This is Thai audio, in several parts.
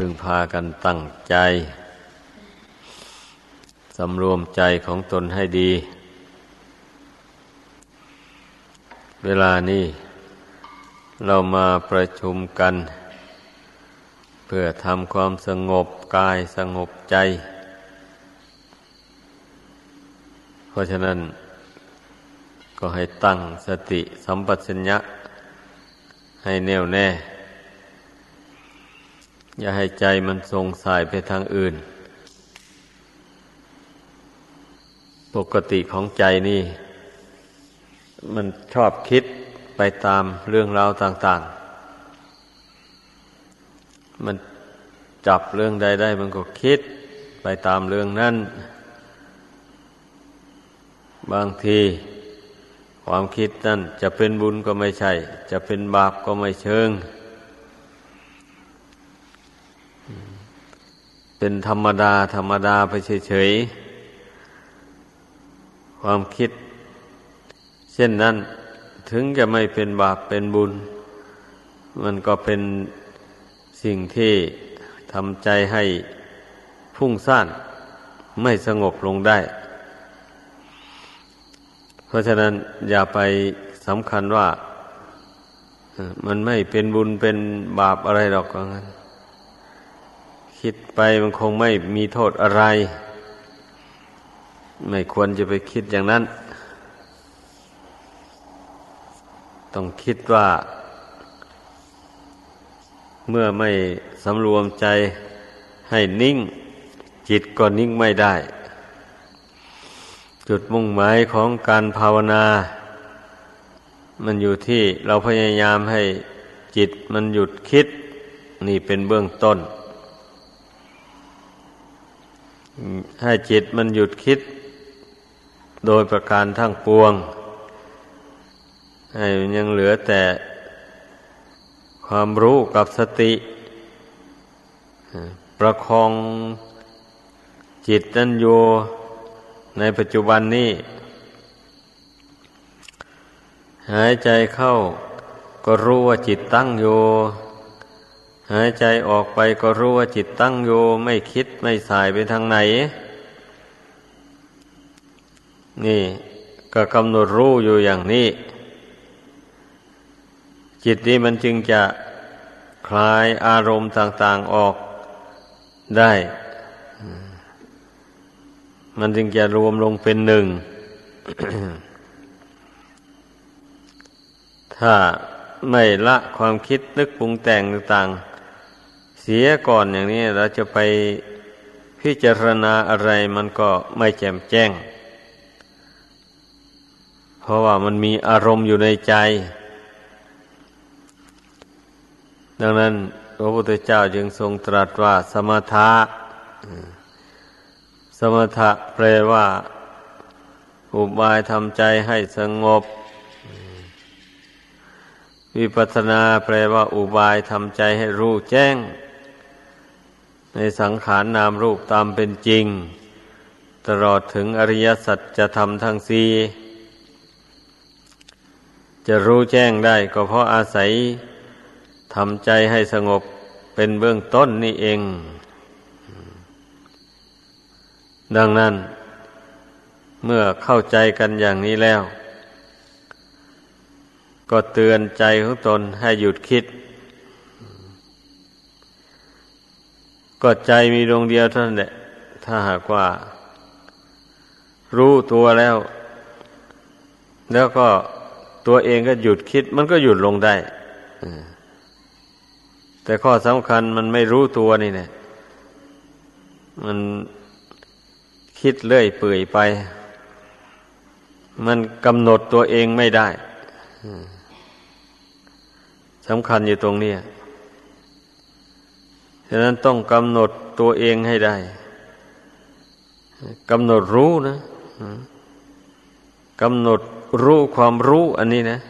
พึงพากันตั้งใจสำรวมใจของตนให้ดีเวลานี้เรามาประชุมกันเพื่อทำความสงบกายสงบใจเพราะฉะนั้นก็ให้ตั้งสติสัมปชัญญะให้แน่วแน่อย่าให้ใจมันส่งสายไปทางอื่นปกติของใจนี่มันชอบคิดไปตามเรื่องราวต่างๆมันจับเรื่องใดได้มันก็คิดไปตามเรื่องนั้นบางทีความคิดนั่นจะเป็นบุญก็ไม่ใช่จะเป็นบาปก็ไม่เชิงเป็นธรรมดาไปเฉยๆความคิดเช่นนั้นถึงจะไม่เป็นบาปเป็นบุญมันก็เป็นสิ่งที่ทำใจให้พุ่งซ่านไม่สงบลงได้เพราะฉะนั้นอย่าไปสำคัญว่ามันไม่เป็นบุญเป็นบาปอะไรหรอกว่างั้นคิดไปมันคงไม่มีโทษอะไรไม่ควรจะไปคิดอย่างนั้นต้องคิดว่าเมื่อไม่สำรวมใจให้นิ่งจิตก็นิ่งไม่ได้จุดมุ่งหมายของการภาวนามันอยู่ที่เราพยายามให้จิตมันหยุดคิดนี่เป็นเบื้องต้นให้จิตมันหยุดคิดโดยประการทั้งปวงให้ยังเหลือแต่ความรู้กับสติประคองจิตนั้นอยู่ในปัจจุบันนี้หายใจเข้าก็รู้ว่าจิตตั้งอยู่หายใจออกไปก็รู้ว่าจิตตั้งอยู่ไม่คิดไม่สายไปทางไหนนี่ก็กำหนดรู้อยู่อย่างนี้จิตนี้มันจึงจะคลายอารมณ์ต่างๆออกได้มันจึงจะรวมลงเป็นหนึ่ง ถ้าไม่ละความคิดนึกปรุงแต่งต่างๆเสียก่อนอย่างนี้เราจะไปพิจารณาอะไรมันก็ไม่แจ่มแจ้งเพราะว่ามันมีอารมณ์อยู่ในใจดังนั้นพระพุทธเจ้าจึงทรงตรัสว่าสมถะสมถะแปลว่าอุบายทำใจให้สงบวิปัสสนาแปลว่าอุบายทำใจให้รู้แจ้งในสังขารนามรูปตามเป็นจริงตลอดถึงอริยสัจธรรมทั้งสี่จะรู้แจ้งได้ก็เพราะอาศัยทำใจให้สงบเป็นเบื้องต้นนี่เองดังนั้นเมื่อเข้าใจกันอย่างนี้แล้วก็เตือนใจของตนให้หยุดคิดก็ใจมีดวงเดียวเท่านั้นแหละถ้าหากว่ารู้ตัวแล้วก็ตัวเองก็หยุดคิดมันก็หยุดลงได้แต่ข้อสำคัญมันไม่รู้ตัวนี่แหละมันคิดเลื่อยเปื่อยไปมันกำหนดตัวเองไม่ได้สำคัญอยู่ตรงนี้ฉะนั้นต้องกำหนดตัวเองให้ได้กำหนดรู้นะกำหนดรู้ความรู้อันนี้นะ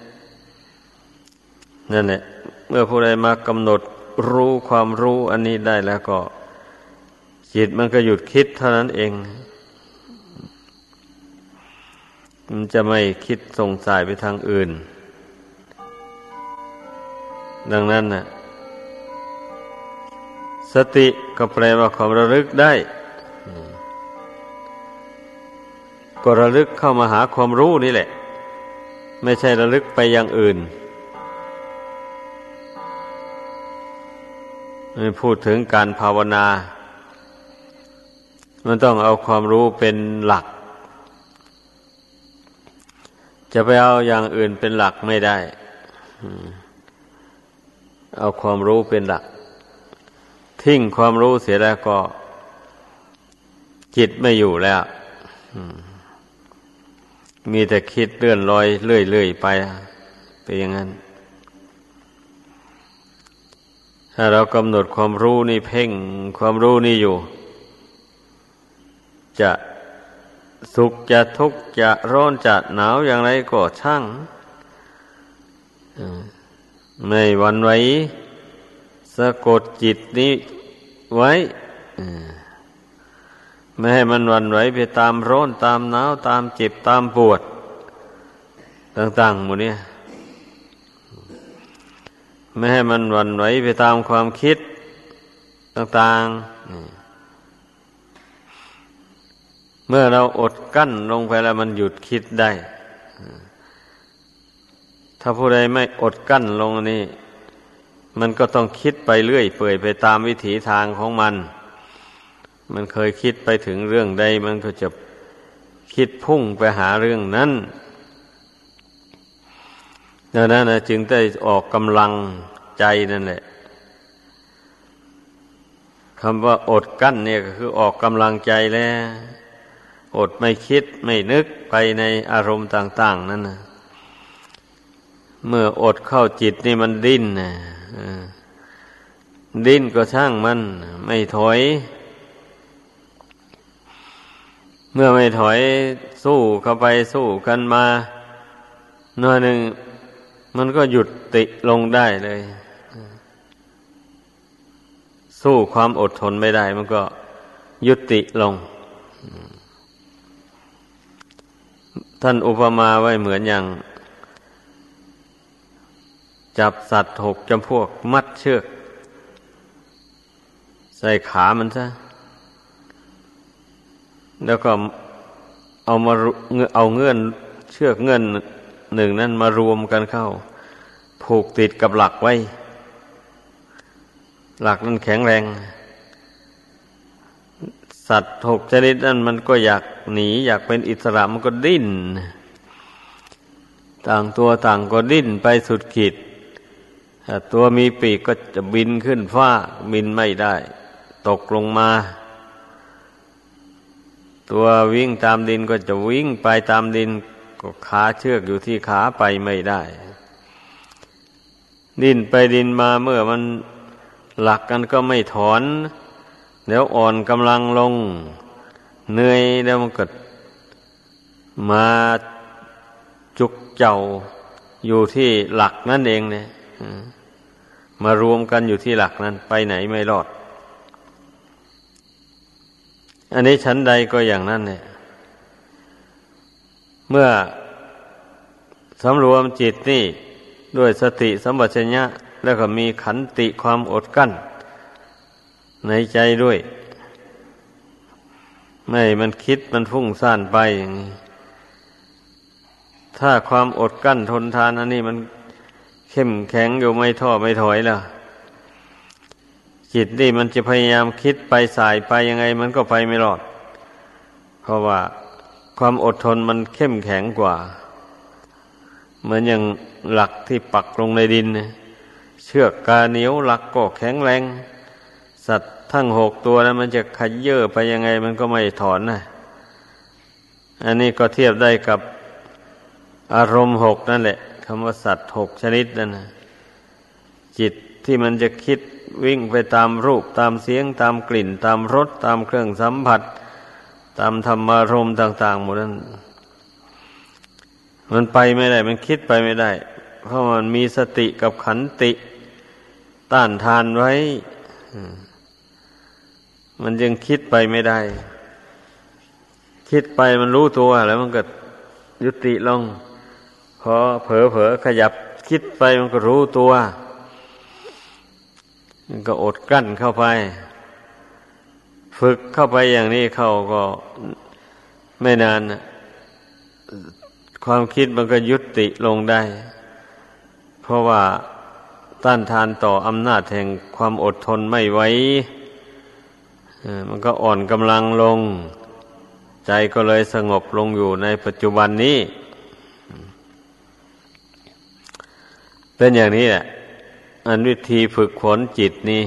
นั่นแหละเมื่อผู้ใดมากำหนดรู้ความรู้อันนี้ได้แล้วก็จิตมันก็หยุดคิดเท่านั้นเองมันจะไม่คิดส่งสายไปทางอื่นดังนั้นน่ะสติก็แปลว่าความระลึกได้ก็ระลึกเข้ามาหาความรู้นี่แหละไม่ใช่ระลึกไปอย่างอื่นพูดถึงการภาวนามันต้องเอาความรู้เป็นหลักจะไปเอาอย่างอื่นเป็นหลักไม่ได้เอาความรู้เป็นหลักทิ้งความรู้เสียแล้วก็จิตไม่อยู่แล้วมีแต่คิดเลื่อนลอยเรื่อยๆไปเป็นอย่างนั้นถ้าเรากำหนดความรู้นี่เพ่งความรู้นี่อยู่จะสุขจะทุกข์จะร้อนจะหนาวอย่างไรก็ช่างไม่หวั่นไหวสะกดจิตนี้ไว้ไม่ให้มันหวั่นไหวไปตามร้อนตามหนาวตามเจ็บตามปวดต่างๆหมดเนี่ยไม่ให้มันหวั่นไหวไปตามความคิดต่างๆเมื่อเราอดกั้นลงไปแล้วมันหยุดคิดได้ถ้าผู้ใดไม่อดกั้นลงนี่มันก็ต้องคิดไปเรื่อยเปื่อยไปตามวิถีทางของมันเคยคิดไปถึงเรื่องใดมันก็จะคิดพุ่งไปหาเรื่องนั้นดังนั้นจึงได้ออกกำลังใจนั่นแหละคำว่าอดกั้นเนี่ยก็คือออกกำลังใจแล้วอดไม่คิดไม่นึกไปในอารมณ์ต่างๆนั่นนะเมื่ออดเข้าจิตนี่มันดิ้นดิ้นก็ช่างมันไม่ถอยเมื่อไม่ถอยสู้เข้าไปสู้กันมาหน่อยหนึ่งมันก็หยุดติลงได้เลยสู้ความอดทนไม่ได้มันก็ยุติลงท่านอุปมาไว้เหมือนอย่างจับสัตว์6 จำพวกมัดเชือกใส่ขามันซะแล้วก็เอาเงื่อนเชือกเงื่อนหนึ่งนั้นมารวมกันเข้าผูกติดกับหลักไว้หลักนั้นแข็งแรงสัตว์6 ชนิดนั้นมันก็อยากหนีอยากเป็นอิสระมันก็ดิ้นต่างตัวต่างก็ดิ้นไปสุดขีดถ้าตัวมีปีกก็จะบินขึ้นฟ้าบินไม่ได้ตกลงมาตัววิ่งตามดินก็จะวิ่งไปตามดินก็ขาเชือกอยู่ที่ขาไปไม่ได้ดิ้นไปดินมาเมื่อมันหลักกันก็ไม่ถอนแล้วอ่อนกำลังลงเหนื่อยแล้วมันก็มาจุกเจ้าอยู่ที่หลักนั่นเองเนี่ยมารวมกันอยู่ที่หลักนั้นไปไหนไม่รอดอันนี้ชั้นใดก็อย่างนั้นเนี่ยเมื่อสำรวมจิตนี่ด้วยสติสัมปชัญญะแล้วก็มีขันติความอดกั้นในใจด้วยไม่มันคิดมันฟุ้งซ่านไปอย่างนี้ถ้าความอดกั้นทนทานอันนี้มันเข้มแข็งอยู่ไม่ท้อไม่ถอยล่ะจิตนี่มันจะพยายามคิดไปสายไปยังไงมันก็ไปไม่รอดเพราะว่าความอดทนมันเข้มแข็งกว่าเหมือนอย่างหลักที่ปักลงในดินเชือกกาเหนียวหลักก็แข็งแรงสัตว์ทั้ง6 ตัวนั้นมันจะขยื่อไปยังไงมันก็ไม่ถอนนะอันนี้ก็เทียบได้กับอารมณ์6นั่นแหละคำว่าสัตว์6 ชนิดนั่นนะจิตที่มันจะคิดวิ่งไปตามรูปตามเสียงตามกลิ่นตามรสตามเครื่องสัมผัสตามธรรมารมณ์ต่างๆหมดนั้นมันไปไม่ได้มันคิดไปไม่ได้เพราะมันมีสติกับขันติต้านทานไว้มันยังคิดไปไม่ได้คิดไปมันรู้ตัวแล้วมันก็ยุติลงพอเผลอขยับคิดไปมันก็รู้ตัวก็อดกลั้นเข้าไปฝึกเข้าไปอย่างนี้เข้าก็ไม่นานความคิดมันก็ยุติลงได้เพราะว่าต้านทานต่ออำนาจแห่งความอดทนไม่ไหวมันก็อ่อนกำลังลงใจก็เลยสงบลงอยู่ในปัจจุบันนี้เป็นอย่างนี้แหละอันวิธีฝึกฝนจิตนี้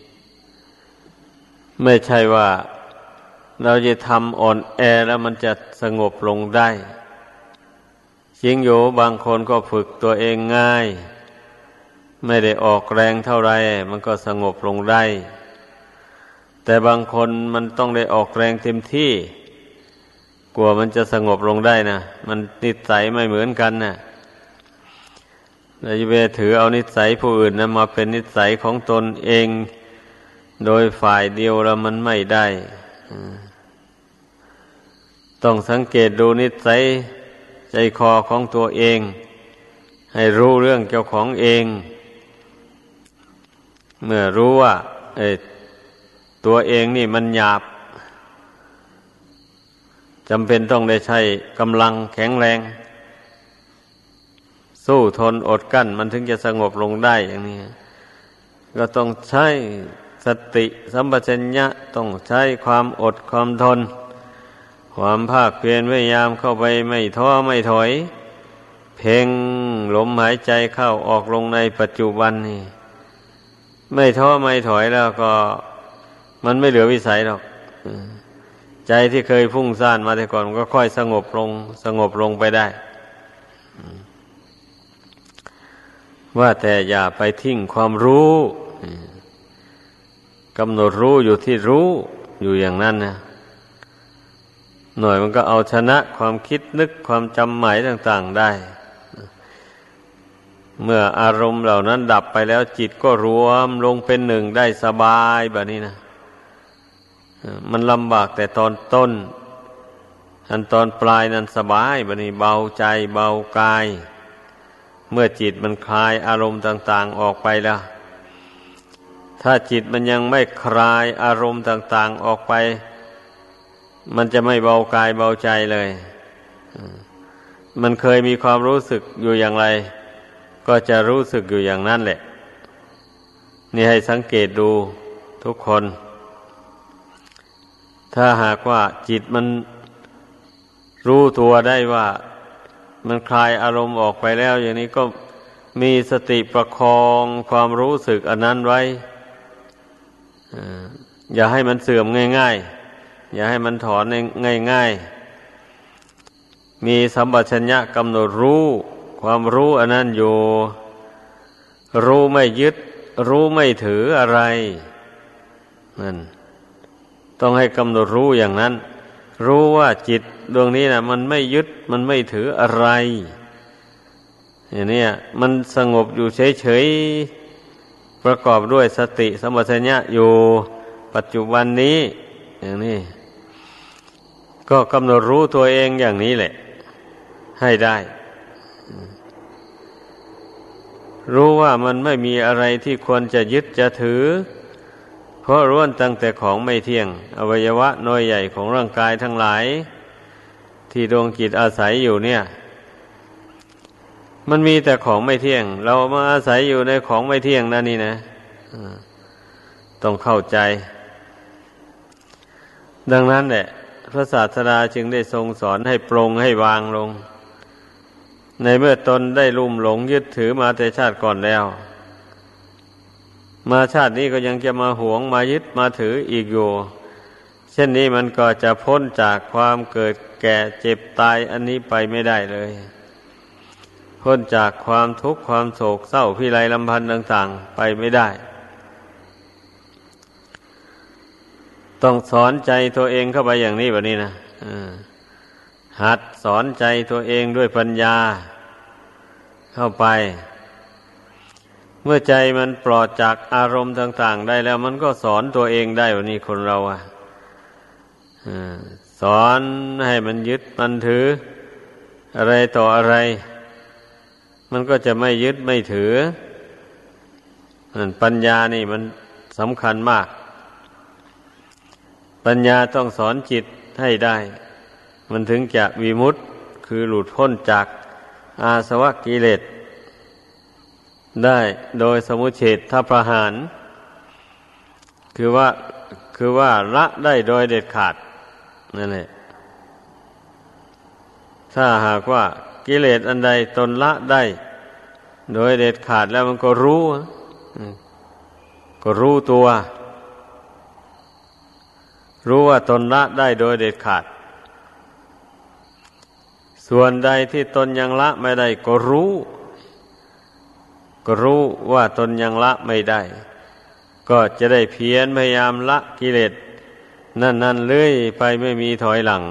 ไม่ใช่ว่าเราจะทำอ่อนแอแล้วมันจะสงบลงได้จริงอยู่บางคนก็ฝึกตัวเองง่ายไม่ได้ออกแรงเท่าไรมันก็สงบลงได้แต่บางคนมันต้องได้ออกแรงเต็มที่กลัวมันจะสงบลงได้นะมันนิสัยไม่เหมือนกันนะเราจะไปถือเอานิสัยผู้อื่นนะมาเป็นนิสัยของตนเองโดยฝ่ายเดียวแล้วมันไม่ได้ต้องสังเกตดูนิสัยใจคอของตัวเองให้รู้เรื่องเจ้าของเองเมื่อรู้ว่าตัวเองนี่มันหยาบจำเป็นต้องได้ใช้กำลังแข็งแรงสู้ทนอดกั้นมันถึงจะสงบลงได้อย่างนี้ก็ต้องใช้สติสัมปชัญญะต้องใช้ความอดความทนความภาคเพียรพยายามเข้าไปไม่ท้อไม่ถอยเพ่งลมหายใจเข้าออกลงในปัจจุบันนี่ไม่ท้อไม่ถอยแล้วก็มันไม่เหลือวิสัยหรอกใจที่เคยพุ่งซ่านมาแต่ก่อนมันก็ค่อยสงบลงไปได้ว่าแต่อย่าไปทิ้งความรู้กำหนดรู้อยู่ที่รู้อยู่อย่างนั้นนะหน่อยมันก็เอาชนะความคิดนึกความจำหมายต่างๆได้เมื่ออารมณ์เหล่านั้นดับไปแล้วจิตก็รวมลงเป็นหนึ่งได้สบายแบบนี้นะมันลำบากแต่ตอนต้นอันตอนปลายนั้นสบายแบบนี้เบาใจเบากายเมื่อจิตมันคลายอารมณ์ต่างๆออกไปแล้วถ้าจิตมันยังไม่คลายอารมณ์ต่างๆออกไปมันจะไม่เบากายเบาใจเลยมันเคยมีความรู้สึกอยู่อย่างไรก็จะรู้สึกอยู่อย่างนั้นแหละนี่ให้สังเกตดูทุกคนถ้าหากว่าจิตมันรู้ตัวได้ว่ามันคลายอารมณ์ออกไปแล้วอย่างนี้ก็มีสติประคองความรู้สึกอันนั้นไว้อย่าให้มันเสื่อมง่ายๆอย่าให้มันถอนง่ายๆมีสัมปชัญญะกำหนดรู้ความรู้อันนั้นอยู่รู้ไม่ยึดรู้ไม่ถืออะไรนั่นต้องให้กำหนดรู้อย่างนั้นรู้ว่าจิตดวงนี้นะมันไม่ยึดมันไม่ถืออะไรอย่างนี้มันสงบอยู่เฉยๆประกอบด้วยสติสัมปชัญญะอยู่ปัจจุบันนี้อย่างนี้ก็กำหนดรู้ตัวเองอย่างนี้แหละให้ได้รู้ว่ามันไม่มีอะไรที่ควรจะยึดจะถือเพราะล้วนตั้งแต่ของไม่เที่ยงอวัยวะน้อยใหญ่ของร่างกายทั้งหลายที่ดวงจิตอาศัยอยู่เนี่ยมันมีแต่ของไม่เที่ยงเรามาอาศัยอยู่ในของไม่เที่ยงนั่นนี่นะต้องเข้าใจดังนั้นแหละพระศาสดาจึงได้ทรงสอนให้ปรงให้วางลงในเมื่อตนได้ลุ่มหลงยึดถือมาแต่ชาติก่อนแล้วมาชาตินี้ก็ยังจะมาหวงมายึดมาถืออีกอยู่เช่นนี้มันก็จะพ้นจากความเกิดแก่เจ็บตายอันนี้ไปไม่ได้เลยพ้นจากความทุกข์ความโศกเศร้าพิไรลำพันธ์ต่างๆไปไม่ได้ต้องสอนใจตัวเองเข้าไปอย่างนี้แบบนี้นะหัดสอนใจตัวเองด้วยปัญญาเข้าไปเมื่อใจมันปลอดจากอารมณ์ต่างๆได้แล้วมันก็สอนตัวเองได้ว่านี่คนเราสอนให้มันยึดมันถืออะไรต่ออะไรมันก็จะไม่ยึดไม่ถือปัญญานี่มันสำคัญมากปัญญาต้องสอนจิตให้ได้มันถึงจะวิมุตติคือหลุดพ้นจากอาสวะกิเลสได้โดยสมุจเฉทประหารคือว่าละได้โดยเด็ดขาดนั่นแหละถ้าหากว่ากิเลสอันใดตนละได้โดยเด็ดขาดแล้วมันก็รู้ตัวรู้ว่าตนละได้โดยเด็ดขาดส่วนใดที่ตนยังละไม่ได้ก็รู้ว่าตนยังละไม่ได้ก็จะได้เพียรพยายามละกิเลสนั่นเรื่อยไปไม่มีถอยหลัง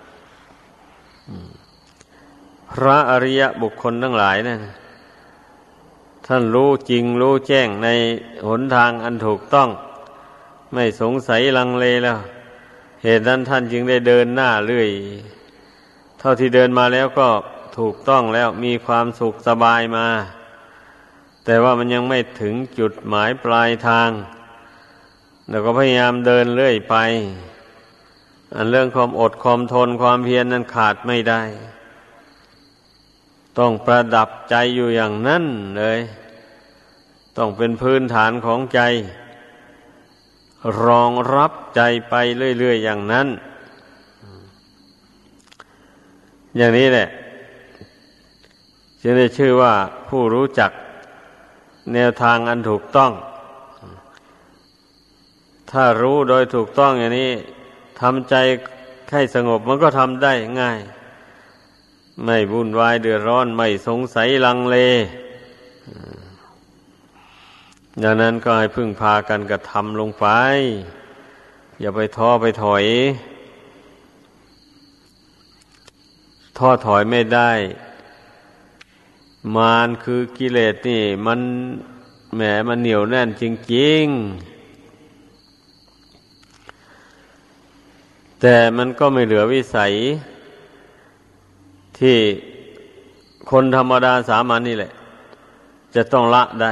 พระอริยบุคคลทั้งหลายนั่นท่านรู้จริงรู้แจ้งในหนทางอันถูกต้องไม่สงสัยลังเลแล้วเหตุนั้นท่านจึงได้เดินหน้าเรื่อยเท่าที่เดินมาแล้วก็ถูกต้องแล้วมีความสุขสบายมาแต่ว่ามันยังไม่ถึงจุดหมายปลายทางแล้วก็พยายามเดินเรื่อยไปอันเรื่องความอดความทนความเพียรนั้นขาดไม่ได้ต้องประดับใจอยู่อย่างนั้นเลยต้องเป็นพื้นฐานของใจรองรับใจไปเรื่อยๆอย่างนั้นอย่างนี้แหละจึงได้ชื่อว่าผู้รู้จักแนวทางอันถูกต้องถ้ารู้โดยถูกต้องอย่างนี้ทำใจให้สงบมันก็ทำได้ง่ายไม่วุ่นวายเดือดร้อนไม่สงสัยลังเลดังนั้นก็ให้พึ่งพากันกระทำลงไปอย่าไปท้อไปถอยไม่ได้มารคือกิเลสนี่มันเหนียวแน่นจริงๆแต่มันก็ไม่เหลือวิสัยที่คนธรรมดาสามัญนี่แหละจะต้องละได้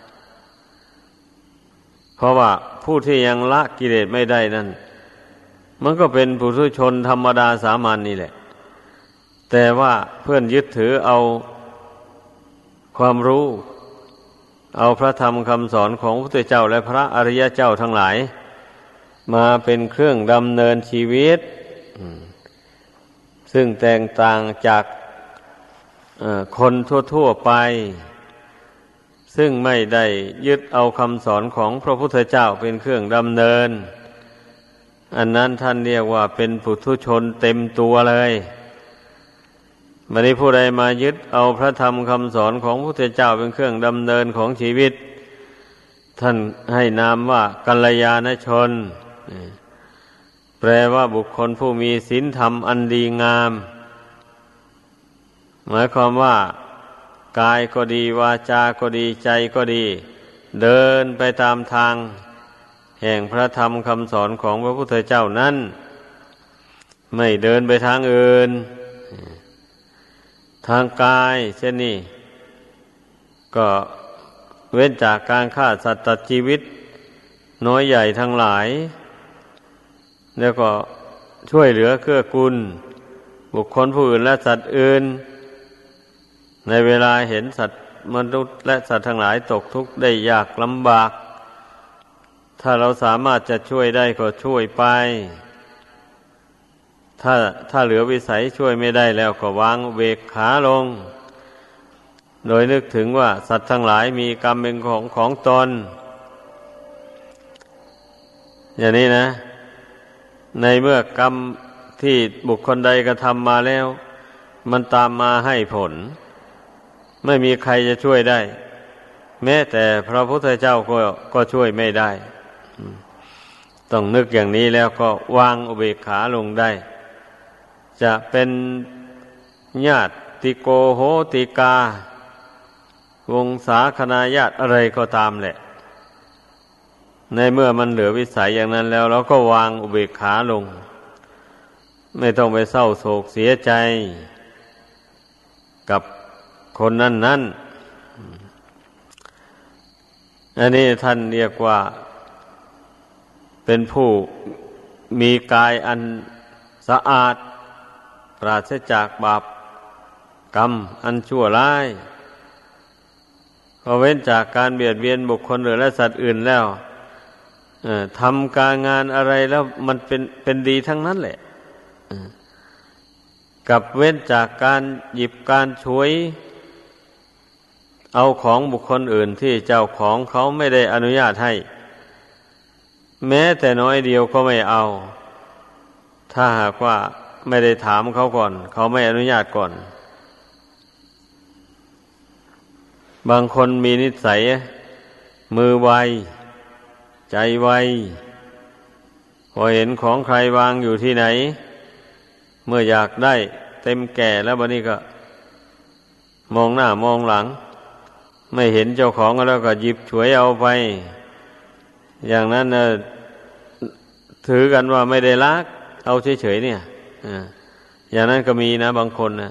เพราะว่าผู้ที่ยังละกิเลสไม่ได้นั่นมันก็เป็นปุถุชนธรรมดาสามัญนี่แหละแต่ว่าเพื่อนยึดถือเอาความรู้เอาพระธรรมคำสอนของพระพุทธเจ้าและพระอริยเจ้าทั้งหลายมาเป็นเครื่องดำเนินชีวิตซึ่งแตกต่างจากคนทั่วๆไปซึ่งไม่ได้ยึดเอาคำสอนของพระพุทธเจ้าเป็นเครื่องดำเนินอันนั้นท่านเรียกว่าเป็นปุถุชนเต็มตัวเลยบัดนี้ผู้ใดมายึดเอาพระธรรมคำสอนของพระพุทธเจ้าเป็นเครื่องดำเนินของชีวิตท่านให้นามว่ากัลยาณชนแปลว่าบุคคลผู้มีศีลธรรมอันดีงามหมายความว่ากายก็ดีวาจาก็ดีใจก็ดีเดินไปตามทางแห่งพระธรรมคำสอนของพระพุทธเจ้านั้นไม่เดินไปทางอื่นทางกายเช่นนี้ก็เว้นจากการฆ่าสัตว์ตัดชีวิตน้อยใหญ่ทั้งหลายแล้วก็ช่วยเหลือเกื้อกูลบุคคลผู้อื่นและสัตว์อื่นในเวลาเห็นสัตว์มนุษย์และสัตว์ทั้งหลายตกทุกข์ได้ยากลำบากถ้าเราสามารถจะช่วยได้ก็ช่วยไปถ้าเหลือวิสัยช่วยไม่ได้แล้วก็วางเบกขาลงโดยนึกถึงว่าสัตว์ทั้งหลายมีกรรมเป็นของตนอย่างนี้นะในเมื่อกรรมที่บุคคลใดกระทำมาแล้วมันตามมาให้ผลไม่มีใครจะช่วยได้แม้แต่พระพุทธเจ้าก็ช่วยไม่ได้ต้องนึกอย่างนี้แล้วก็วางอุเบกขาลงได้จะเป็นญาติโกโหติกาวงศาคณาญาติอะไรก็ตามแหละในเมื่อมันเหลือวิสัยอย่างนั้นแล้วเราก็วางอุเบกขาลงไม่ต้องไปเศร้าโศกเสียใจกับคนนั้นอันนี้ท่านเรียกว่าเป็นผู้มีกายอันสะอาดปราศจากบาปกรรมอันชั่วร้ายพอเว้นจากการเบียดเบียนบุคคลอื่นและสัตว์อื่นแล้วทำการงานอะไรแล้วมันเป็นดีทั้งนั้นแหละกับเว้นจากการหยิบการฉวยเอาของบุคคลอื่นที่เจ้าของเขาไม่ได้อนุญาตให้แม้แต่น้อยเดียวก็ไม่เอาถ้าหากว่าไม่ได้ถามเขาก่อนเขาไม่อนุญาตก่อนบางคนมีนิสัยมือไวใจไวพอเห็นของใครวางอยู่ที่ไหนเมื่ออยากได้เต็มแก่แล้วบัดนี้ก็มองหน้ามองหลังไม่เห็นเจ้าของแล้วก็หยิบฉวยเอาไปอย่างนั้นถือกันว่าไม่ได้ลักเอาเฉยๆเนี่ยอย่างนั้นก็มีนะบางคนนะ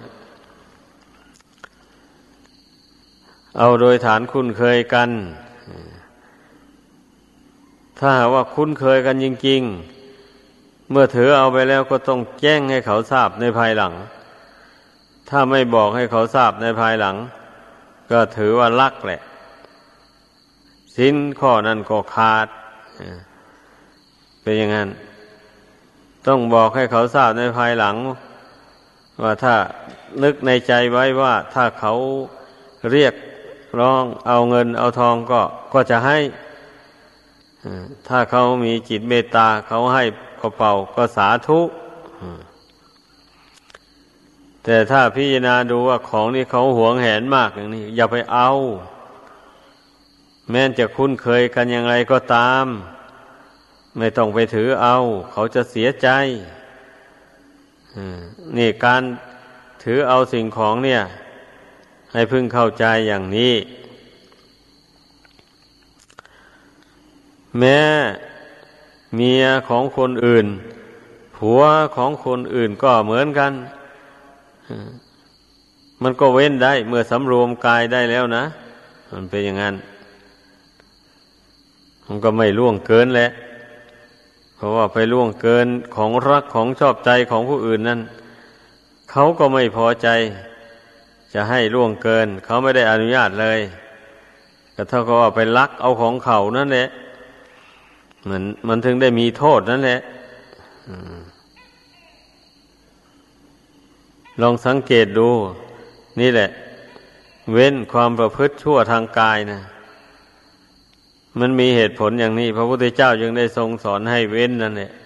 เอาโดยฐานคุ้นเคยกันถ้าหากว่าคุ้นเคยกันจริงๆเมื่อถือเอาไปแล้วก็ต้องแจ้งให้เขาทราบในภายหลังถ้าไม่บอกให้เขาทราบในภายหลังก็ถือว่าลักแหละศีลข้อนั้นก็ขาดเป็นอย่างนั้นต้องบอกให้เขาทราบในภายหลังว่าถ้านึกในใจไว้ว่าถ้าเขาเรียกร้องเอาเงินเอาทองก็จะให้ถ้าเขามีจิตเมตตาเขาให้ก็เป่าก็สาธุแต่ถ้าพิจารณาดูว่าของนี้เขาหวงแหนมากอย่างนี้อย่าไปเอาแม้จะคุ้นเคยกันอย่างไรก็ตามไม่ต้องไปถือเอาเขาจะเสียใจนี่การถือเอาสิ่งของเนี่ยให้พึงเข้าใจอย่างนี้แม้เมียของคนอื่นผัวของคนอื่นก็เหมือนกันมันก็เว้นได้เมื่อสำรวมกายได้แล้วนะมันเป็นอย่างนั้นมันก็ไม่ล่วงเกินแหละเพราะว่าไปล่วงเกินของรักของชอบใจของผู้อื่นนั้นเขาก็ไม่พอใจจะให้ล่วงเกินเขาไม่ได้อนุญาตเลยก็เท่ากับว่าไปลักเอาของเขานั่นแหละมันถึงได้มีโทษนั่นแหละลองสังเกตดูนี่แหละเว้นความประพฤติชั่วทางกายนะมันมีเหตุผลอย่างนี้พระพุทธเจ้ายังได้ทรงสอนให้เว้นนั่นแหละ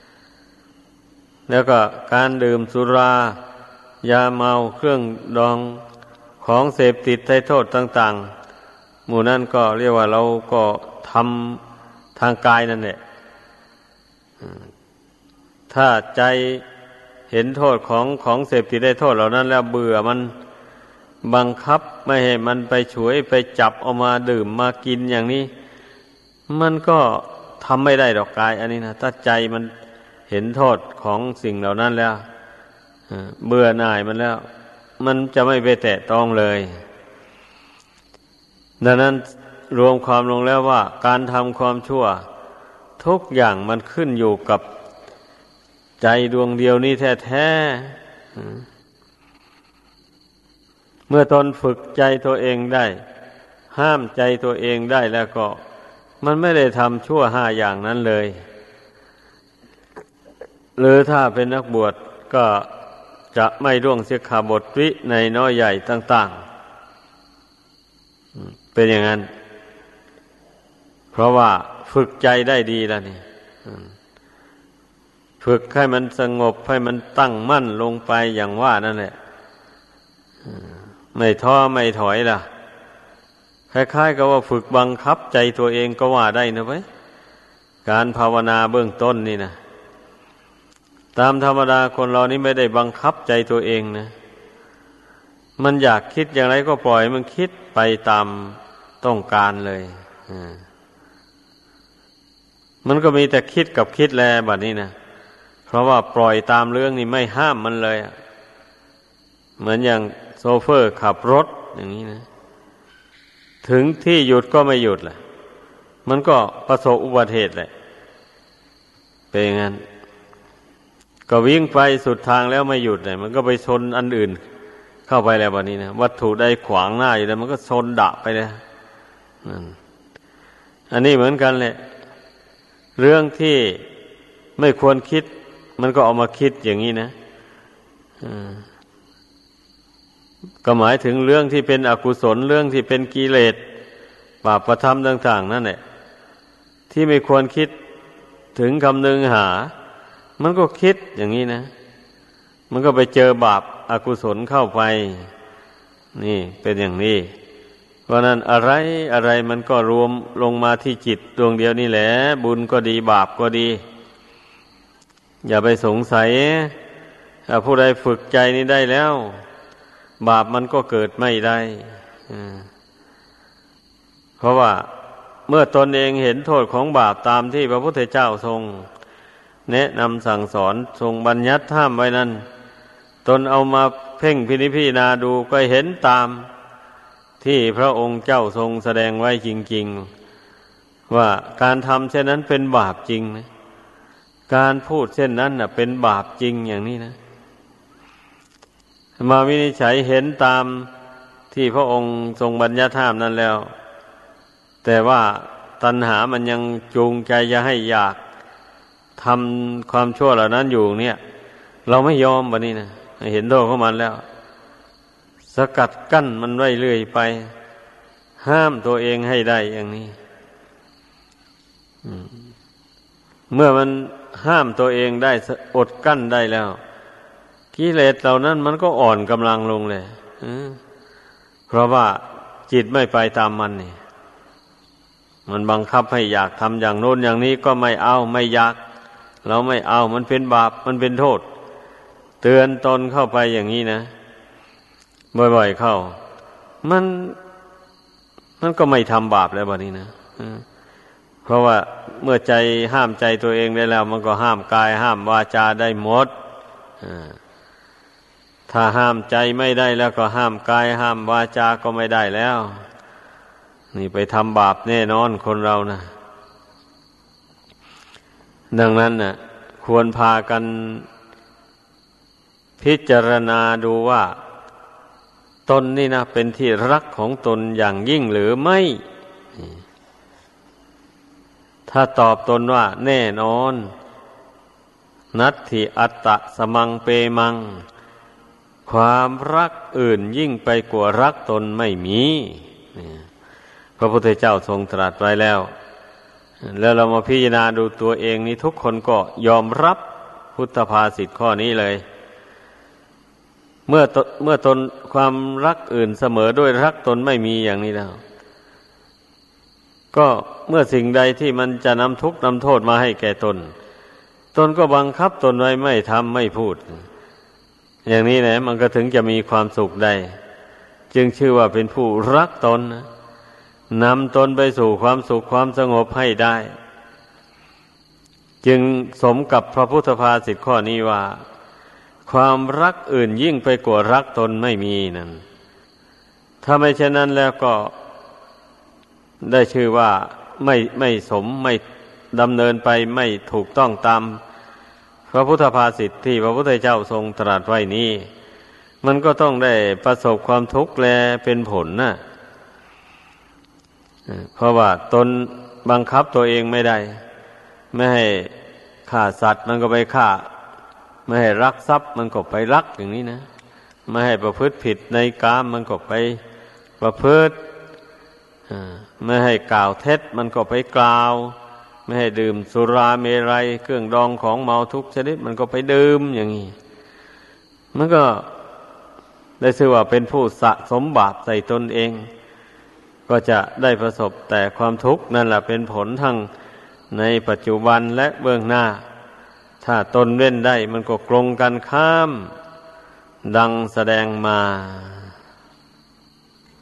แล้วก็การดื่มสุรายาเมาเครื่องดองของเสพติดให้โทษต่างๆหมู่นั้นก็เรียกว่าเราก็ทำทางกายนั่นแหละถ้าใจเห็นโทษของเสพติดได้โทษเหล่านั้นแล้วเบื่อมันบังคับไม่ให้มันไปฉวยไปจับเอามาดื่มมากินอย่างนี้มันก็ทำไม่ได้ดอกกายอันนี้นะถ้าใจมันเห็นโทษของสิ่งเหล่านั้นแล้วเบื่อหน่ายมันแล้วมันจะไม่ไปแตะต้องเลยดังนั้นรวมความลงแล้วว่าการทำความชั่วทุกอย่างมันขึ้นอยู่กับใจดวงเดียวนี้แท้ๆเมื่อตนฝึกใจตัวเองได้ห้ามใจตัวเองได้แล้วก็มันไม่ได้ทำชั่วห้าอย่างนั้นเลยหรือถ้าเป็นนักบวชก็จะไม่ร่วงสิกขาบทวิในน้อยใหญ่ต่างๆเป็นอย่างนั้นเพราะว่าฝึกใจได้ดีแล้วนี่ฝึกให้มันสงบให้มันตั้งมั่นลงไปอย่างว่านั่นแหละไม่ท้อไม่ถอยล่ะคล้ายๆกับว่าฝึกบังคับใจตัวเองก็ว่าได้นะเว้ยการภาวนาเบื้องต้นนี่นะตามธรรมดาคนเรานี่ไม่ได้บังคับใจตัวเองนะมันอยากคิดอย่างไรก็ปล่อยมันคิดไปตามต้องการเลยมันก็มีแต่คิดกับคิดแลบัดนี้นะเพราะว่าปล่อยตามเรื่องนี่ไม่ห้ามมันเลยเหมือนอย่างโชเฟอร์ขับรถอย่างนี้นะถึงที่หยุดก็ไม่หยุดแหละมันก็ประสบอุบัติเหตุแหละเป็นอย่างนั้นก็วิ่งไปสุดทางแล้วไม่หยุดเนี่ยมันก็ไปชนอันอื่นเข้าไปแล้ววันนี้นะวัตถุใดขวางหน้าอยู่แล้วมันก็ชนดะไปเลยนั่นอันนี้เหมือนกันแหละเรื่องที่ไม่ควรคิดมันก็เอามาคิดอย่างนี้นะก็หมายถึงเรื่องที่เป็นอกุศลเรื่องที่เป็นกิเลสบาปธรรมต่างๆนั่นแหละที่ไม่ควรคิดถึงคำนึงหามันก็คิดอย่างนี้นะมันก็ไปเจอบาปอกุศลเข้าไปนี่เป็นอย่างนี้เพราะนั้นอะไรมันก็รวมลงมาที่จิตดวงเดียวนี่แหละบุญก็ดีบาปก็ดีอย่าไปสงสัยถ้าผู้ใดฝึกใจนี้ได้แล้วบาปมันก็เกิดไม่ได้เพราะว่าเมื่อตนเองเห็นโทษของบาปตามที่พระพุทธเจ้าทรงแนะนำสั่งสอนทรงบัญญัติห้ามไว้นั้นตนเอามาเพ่งพินิจพิจารณาดูก็เห็นตามที่พระองค์เจ้าทรงแสดงไว้จริงๆว่าการทำเช่นนั้นเป็นบาปจริงนะการพูดเช่นนั้นน่ะเป็นบาปจริงอย่างนี้นะมาวินิจฉัยเห็นตามที่พระองค์ทรงบัญญัติห้ามนั้นแล้วแต่ว่าตัณหามันยังจูงใจจะให้อยากทำความชั่วเหล่านั้นอยู่เนี่ยเราไม่ยอมวันนี้นะเห็นโทษของมันแล้วสกัดกั้นมันไว้เรื่อยไปห้ามตัวเองให้ได้อย่างนี้เมื่อมันห้ามตัวเองได้อดกั้นได้แล้วกิเลสเหล่านั้นมันก็อ่อนกำลังลงเลยเพราะว่าจิตไม่ไปตามมันนี่มันบังคับให้อยากทำอย่างโน้นอย่างนี้ก็ไม่เอาไม่อยากเราไม่เอามันเป็นบาปมันเป็นโทษเตือนตนเข้าไปอย่างนี้นะบ่อยๆเข้ามันก็ไม่ทำบาปแล้วบัดนี้นะเพราะว่าเมื่อใจห้ามใจตัวเองได้แล้วมันก็ห้ามกายห้ามวาจาได้หมดถ้าห้ามใจไม่ได้แล้วก็ห้ามกายห้ามวาจาก็ไม่ได้แล้วนี่ไปทำบาปแน่นอนคนเรานะดังนั้นน่ะควรพากันพิจารณาดูว่าตนนี่นะเป็นที่รักของตนอย่างยิ่งหรือไม่ถ้าตอบตนว่าแน่นอนนัตถิอัตตะสมังเปมังความรักอื่นยิ่งไปกว่ารักตนไม่มีพระพุทธเจ้าทรงตรัสไว้แล้วเรามาพิจารณาดูตัวเองนี้ทุกคนก็ยอมรับพุทธภาษิตข้อนี้เลยเมื่อตนความรักอื่นเสมอด้วยรักตนไม่มีอย่างนี้แล้วก็เมื่อสิ่งใดที่มันจะนำทุกข์นำโทษมาให้แก่ตนก็บังคับตนไว้ไม่ทำไม่พูดอย่างนี้นะมันก็ถึงจะมีความสุขได้จึงชื่อว่าเป็นผู้รักตนนะนำตนไปสู่ความสุขความสงบให้ได้จึงสมกับพระพุทธภาษิตข้อนี้ว่าความรักอื่นยิ่งไปกว่ารักตนไม่มีนั่นถ้าไม่เช่นนั้นแล้วก็ได้ชื่อว่าไม่สมไม่ดำเนินไปไม่ถูกต้องตามพระพุทธภาษิตที่พระพุทธเจ้าทรงตรัสไว้นี้มันก็ต้องได้ประสบความทุกข์แลเป็นผลนะเพราะว่าตนบังคับตัวเองไม่ได้ไม่ให้ฆ่าสัตว์มันก็ไปฆ่าไม่ให้รักทรัพย์มันก็ไปรักอย่างนี้นะไม่ให้ประพฤติผิดในกามมันก็ไปประพฤติไม่ให้กล่าวเท็จมันก็ไปกล่าวไม่ให้ดื่มสุราเมรัยเครื่องดองของเมาทุกชนิดมันก็ไปดื่มอย่างนี้มันก็ได้ชื่อว่าเป็นผู้สะสมบาปใส่ตนเองก็จะได้ประสบแต่ความทุกข์นั่นแหละเป็นผลทั้งในปัจจุบันและเบื้องหน้าถ้าตนเว้นได้มันก็ตรงกันข้ามดังแสดงมา